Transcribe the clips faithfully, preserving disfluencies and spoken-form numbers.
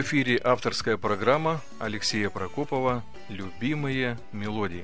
эфире авторская программа Алексея Прокопова «Любимые мелодии».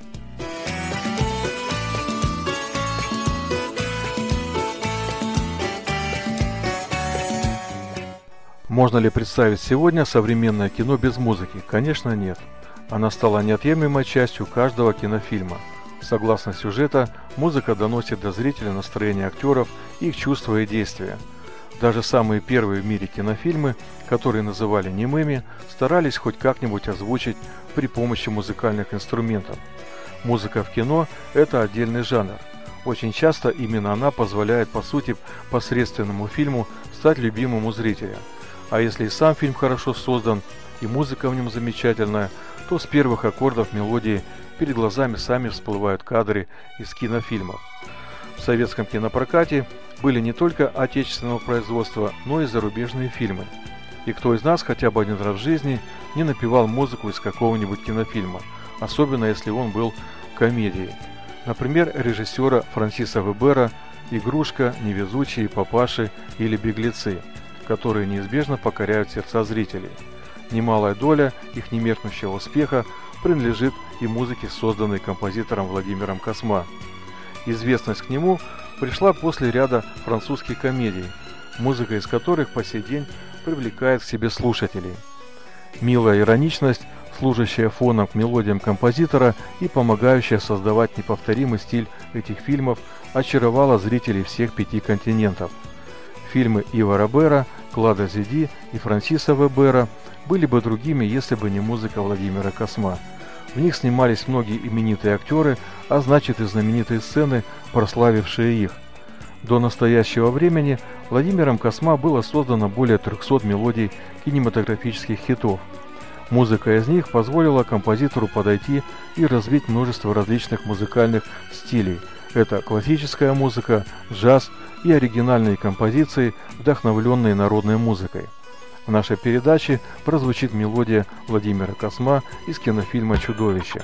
Можно ли представить сегодня современное кино без музыки? Конечно, нет. Она стала неотъемлемой частью каждого кинофильма. Согласно сюжету, музыка доносит до зрителя настроение актеров, их чувства и действия. Даже самые первые в мире кинофильмы, которые называли немыми, старались хоть как-нибудь озвучить при помощи музыкальных инструментов. Музыка в кино – это отдельный жанр. Очень часто именно она позволяет, по сути, посредственному фильму стать любимым у зрителя. А если и сам фильм хорошо создан, и музыка в нем замечательная, то с первых аккордов мелодии перед глазами сами всплывают кадры из кинофильмов. В советском кинопрокате были не только отечественного производства, но и зарубежные фильмы. И кто из нас хотя бы один раз в жизни не напевал музыку из какого-нибудь кинофильма, особенно если он был комедией. Например, режиссера Франсиса Вебера «Игрушка», «Невезучие», «Папаши» или «Беглецы», которые неизбежно покоряют сердца зрителей. Немалая доля их немеркнущего успеха принадлежит и музыке, созданной композитором Владимиром Косма. Известность к нему пришла после ряда французских комедий, музыка из которых по сей день привлекает к себе слушателей. Милая ироничность, служащая фоном к мелодиям композитора и помогающая создавать неповторимый стиль этих фильмов, очаровала зрителей всех пяти континентов. Фильмы Ива Робера, Клада Зиди и Франсиса Вебера были бы другими, если бы не музыка Владимира Косма. В них снимались многие именитые актеры, а значит и знаменитые сцены, прославившие их. До настоящего времени Владимиром Косма было создано более трехсот мелодий кинематографических хитов. Музыка из них позволила композитору подойти и развить множество различных музыкальных стилей. Это классическая музыка, джаз и оригинальные композиции, вдохновленные народной музыкой. В нашей передаче прозвучит мелодия Владимира Косма из кинофильма «Чудовище».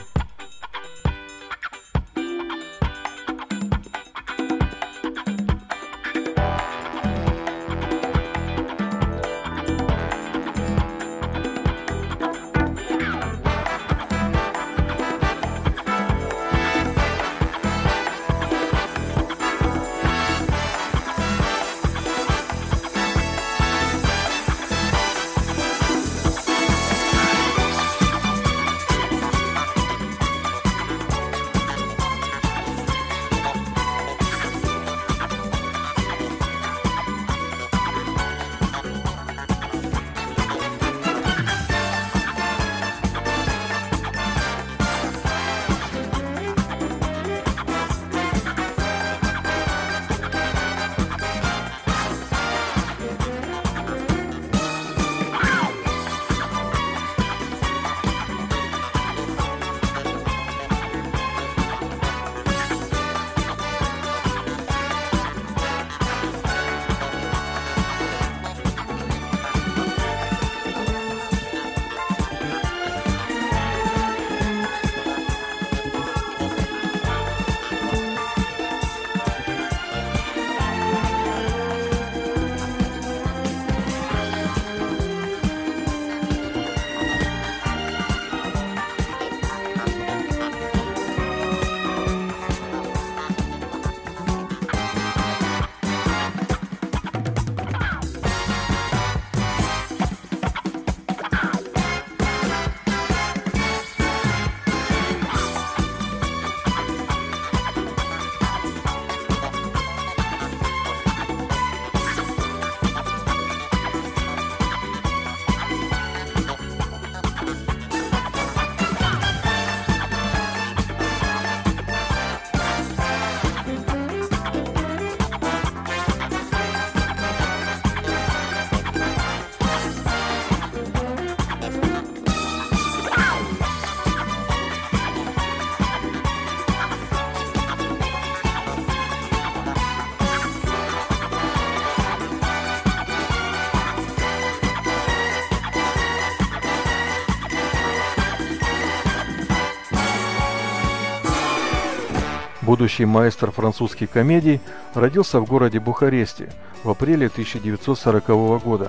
Будущий маэстро французских комедий родился в городе Бухаресте в апреле тысяча девятьсот сорокового года.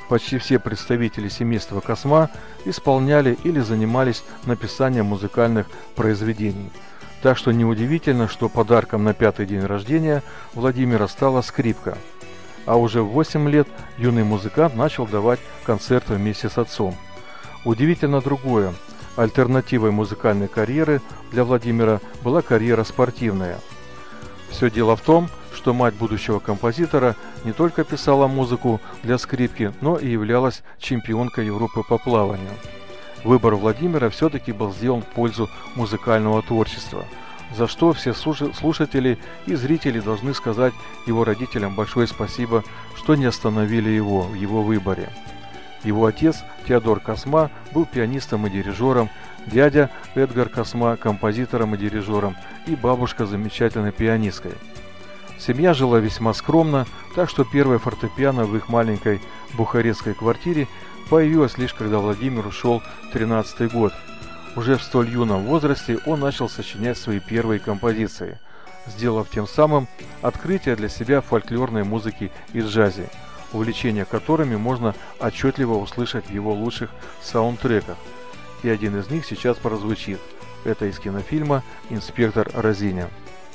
Почти все представители семейства Косма исполняли или занимались написанием музыкальных произведений. Так что неудивительно, что подарком на пятый день рождения Владимира стала скрипка. А уже в восемь лет юный музыкант начал давать концерты вместе с отцом. Удивительно другое. Альтернативой музыкальной карьеры для Владимира была карьера спортивная. Все дело в том, что мать будущего композитора не только писала музыку для скрипки, но и являлась чемпионкой Европы по плаванию. Выбор Владимира все-таки был сделан в пользу музыкального творчества, за что все слушатели и зрители должны сказать его родителям большое спасибо, что не остановили его в его выборе. Его отец Теодор Косма был пианистом и дирижером, дядя Эдгар Косма – композитором и дирижером, и бабушка замечательной пианисткой. Семья жила весьма скромно, так что первое фортепиано в их маленькой бухарестской квартире появилось лишь когда Владимиру шел тринадцатый год. Уже в столь юном возрасте он начал сочинять свои первые композиции, сделав тем самым открытие для себя фольклорной музыки и джазе, увлечение которыми можно отчетливо услышать в его лучших саундтреках. И один из них сейчас прозвучит. Это из кинофильма «Инспектор Розиня».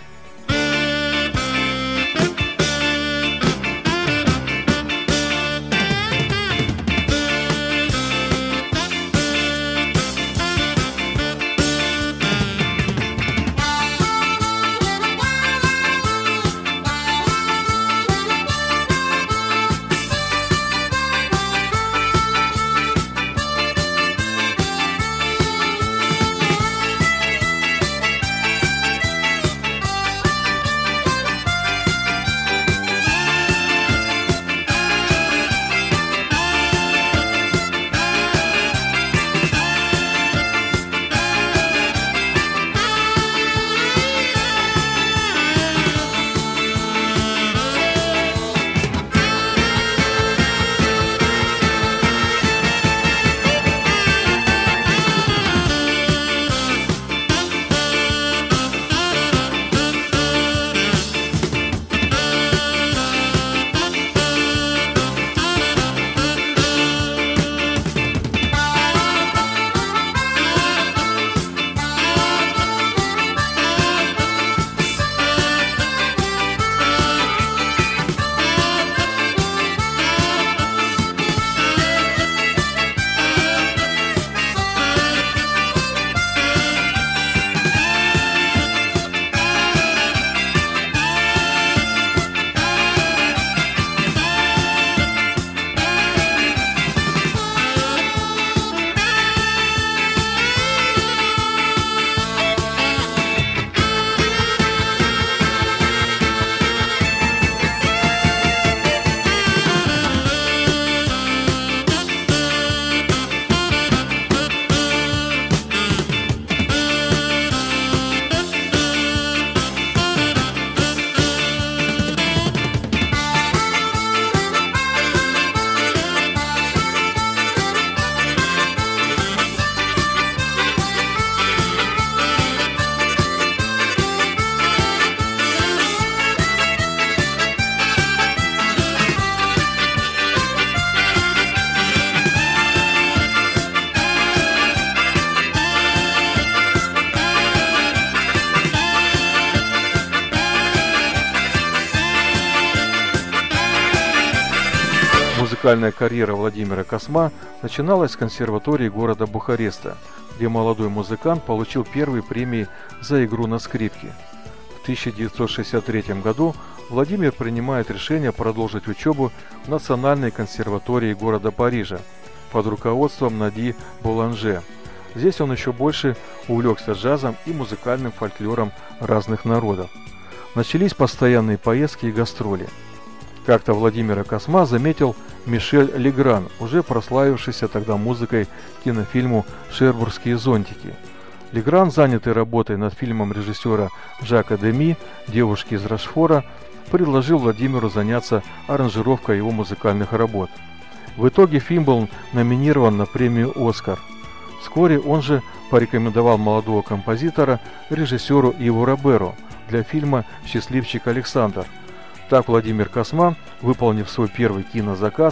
Музыкальная карьера Владимира Косма начиналась с консерватории города Бухареста, где молодой музыкант получил первые премии за игру на скрипке. В тысяча девятьсот шестьдесят третьем году Владимир принимает решение продолжить учебу в Национальной консерватории города Парижа под руководством Нади Боланже. Здесь он еще больше увлекся джазом и музыкальным фольклором разных народов. Начались постоянные поездки и гастроли. Как-то Владимира Косма заметил Мишель Легран, уже прославившийся тогда музыкой к кинофильму «Шербургские зонтики». Легран, занятый работой над фильмом режиссера Жака Деми «Девушки из Рошфора», предложил Владимиру заняться аранжировкой его музыкальных работ. В итоге фильм был номинирован на премию «Оскар». Вскоре он же порекомендовал молодого композитора режиссеру Иву Роберу для фильма «Счастливчик Александр». Так Владимир Косма, выполнив свой первый кинозаказ,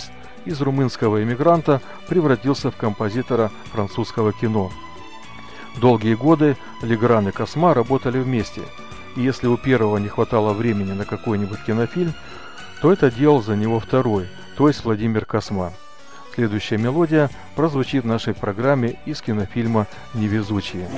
из румынского эмигранта превратился в композитора французского кино. Долгие годы Легран и Косма работали вместе, и если у первого не хватало времени на какой-нибудь кинофильм, то это делал за него второй, то есть Владимир Косма. Следующая мелодия прозвучит в нашей программе из кинофильма «Невезучие».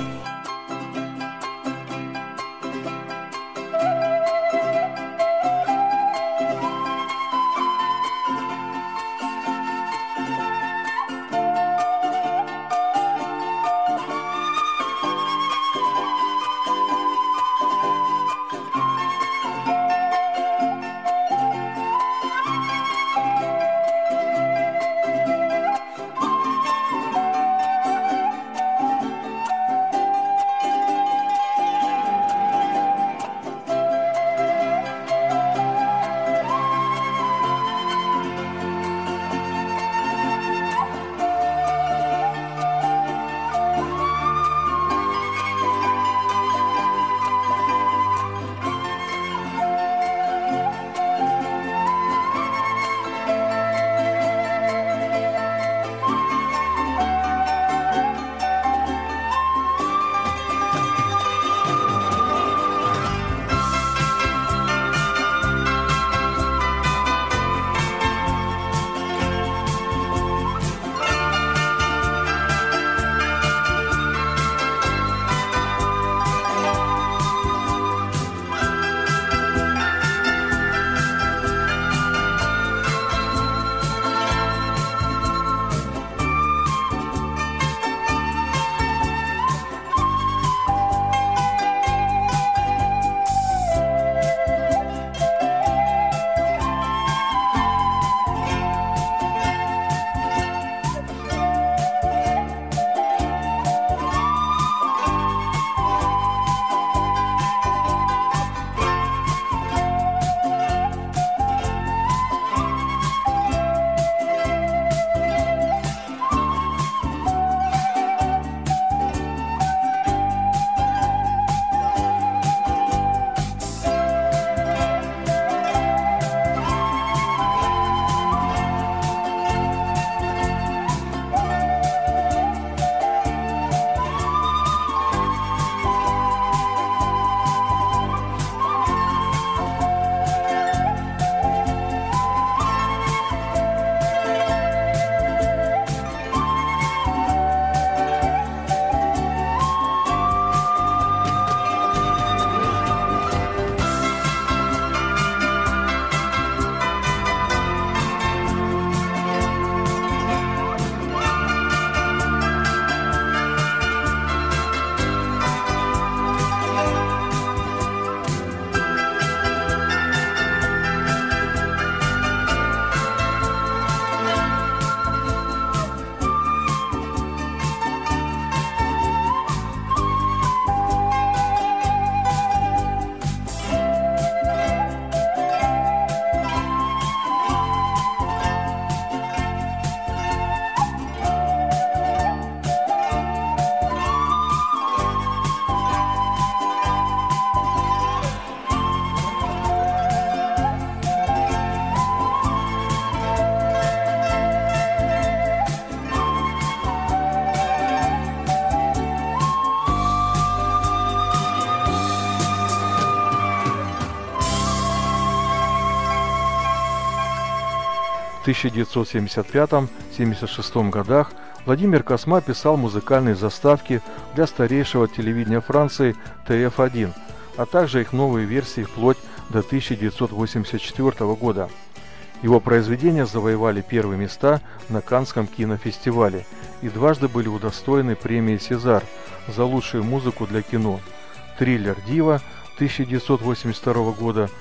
В тысяча девятьсот семьдесят пятом — семьдесят шестом годах Владимир Косма писал музыкальные заставки для старейшего телевидения Франции Тэ Эф один, а также их новые версии вплоть до тысяча девятьсот восемьдесят четвёртого года. Его произведения завоевали первые места на Каннском кинофестивале и дважды были удостоены премии «Сезар» за лучшую музыку для кино. Триллер «Дива» тысяча девятьсот восемьдесят второго года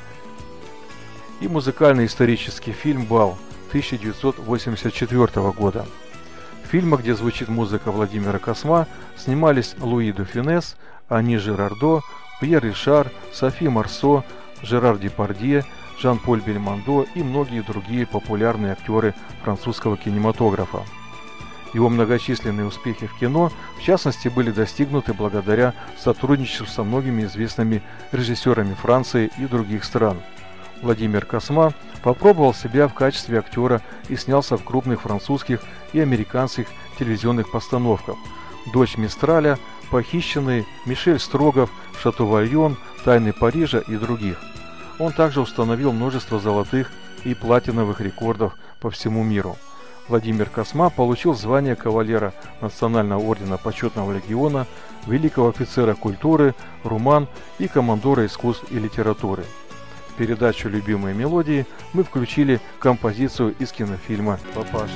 и музыкальный исторический фильм «Бал» тысяча девятьсот восемьдесят четвёртого года. В фильмах, где звучит музыка Владимира Косма, снимались Луи де Фюнес, Ани Жирардо, Пьер Ришар, Софи Марсо, Жерар Депардье, Жан-Поль Бельмондо и многие другие популярные актеры французского кинематографа. Его многочисленные успехи в кино, в частности, были достигнуты благодаря сотрудничеству со многими известными режиссерами Франции и других стран. Владимир Косма попробовал себя в качестве актера и снялся в крупных французских и американских телевизионных постановках: «Дочь Мистраля», «Похищенный», «Мишель Строгов», «Шато-Вальон», «Тайны Парижа» и других. Он также установил множество золотых и платиновых рекордов по всему миру. Владимир Косма получил звание кавалера Национального ордена Почетного легиона, великого офицера культуры, руман и командора искусств и литературы. В передачу «Любимые мелодии» мы включили композицию из кинофильма «Папаши».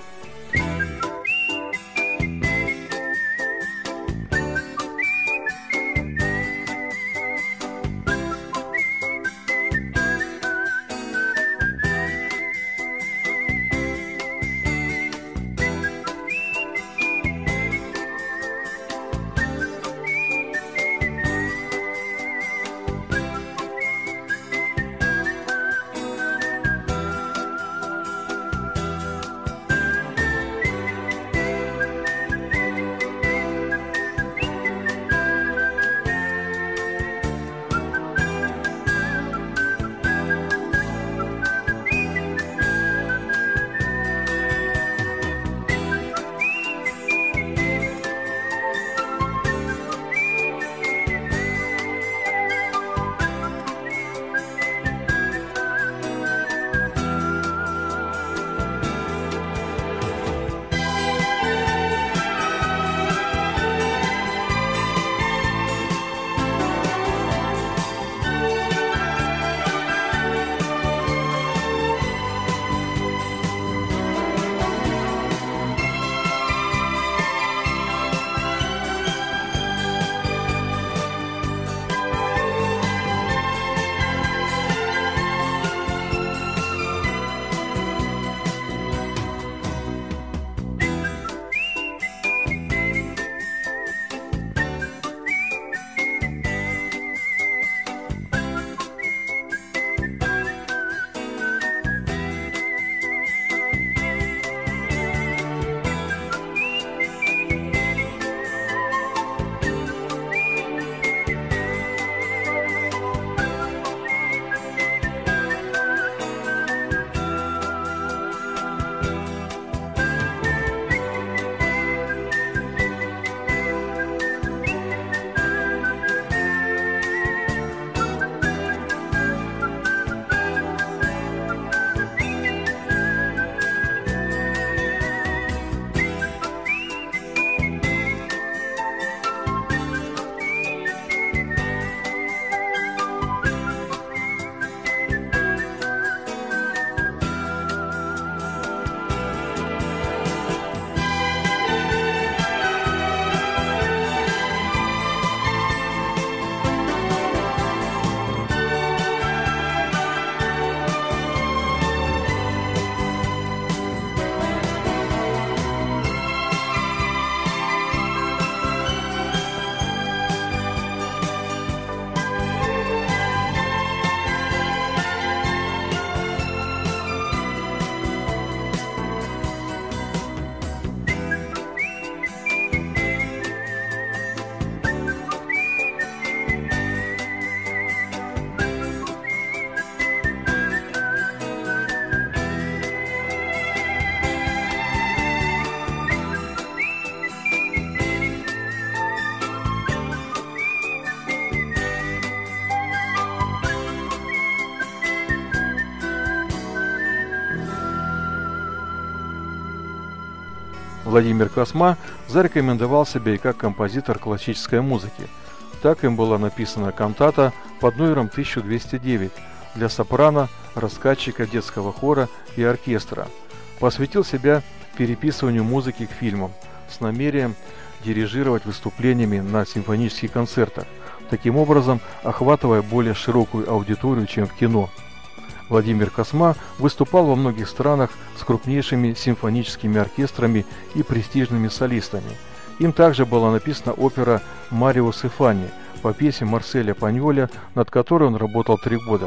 Владимир Косма зарекомендовал себя и как композитор классической музыки. Так им была написана кантата под номером тысяча двести девять для сопрано, раскатчика, детского хора и оркестра. Посвятил себя переписыванию музыки к фильмам с намерением дирижировать выступлениями на симфонических концертах, таким образом охватывая более широкую аудиторию, чем в кино. Владимир Косма выступал во многих странах с крупнейшими симфоническими оркестрами и престижными солистами. Им также была написана опера «Мариус и Фанни» по пьесе Марселя Паньоля, над которой он работал три года.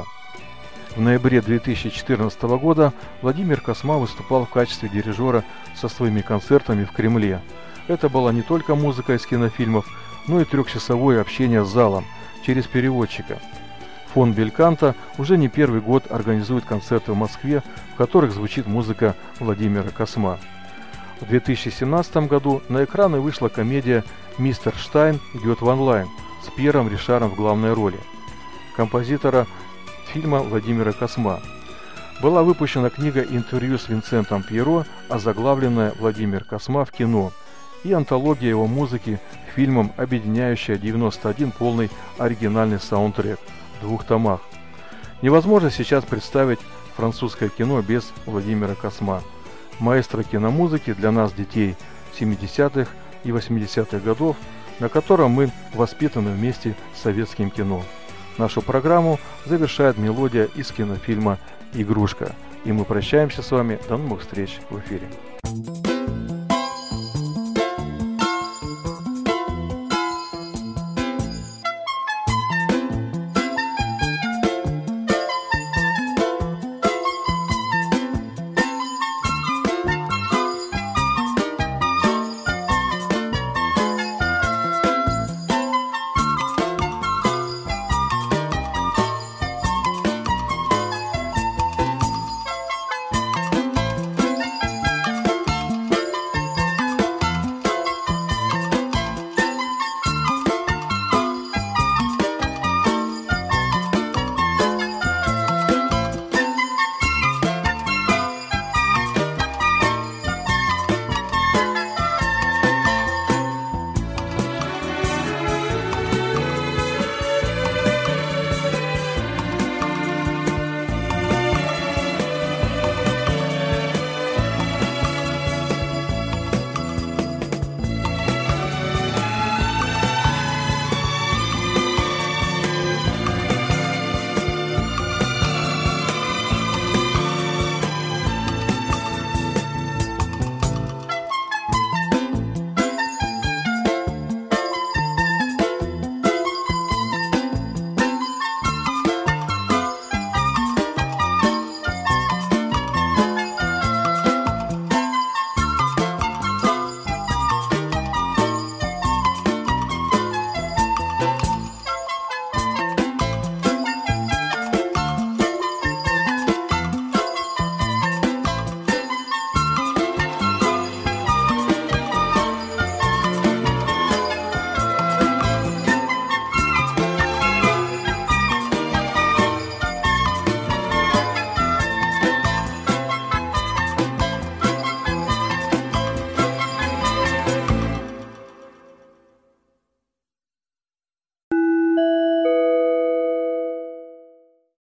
В ноябре две тысячи четырнадцатого года Владимир Косма выступал в качестве дирижера со своими концертами в Кремле. Это была не только музыка из кинофильмов, но и трехчасовое общение с залом через переводчика. Фонд Бельканто уже не первый год организует концерты в Москве, в которых звучит музыка Владимира Косма. В две тысячи семнадцатом году на экраны вышла комедия «Мистер Штайн идет в онлайн» с Пьером Ришаром в главной роли, композитора фильма Владимира Косма. Была выпущена книга интервью с Винсентом Пьеро, озаглавленная «Владимир Косма в кино», и антология его музыки к фильмам, объединяющая девяносто один полный оригинальный саундтрек в двух томах. Невозможно сейчас представить французское кино без Владимира Косма, маэстро киномузыки для нас, детей семидесятых и восьмидесятых годов, на котором мы воспитаны вместе с советским кино. Нашу программу завершает мелодия из кинофильма «Игрушка». И мы прощаемся с вами. До новых встреч в эфире.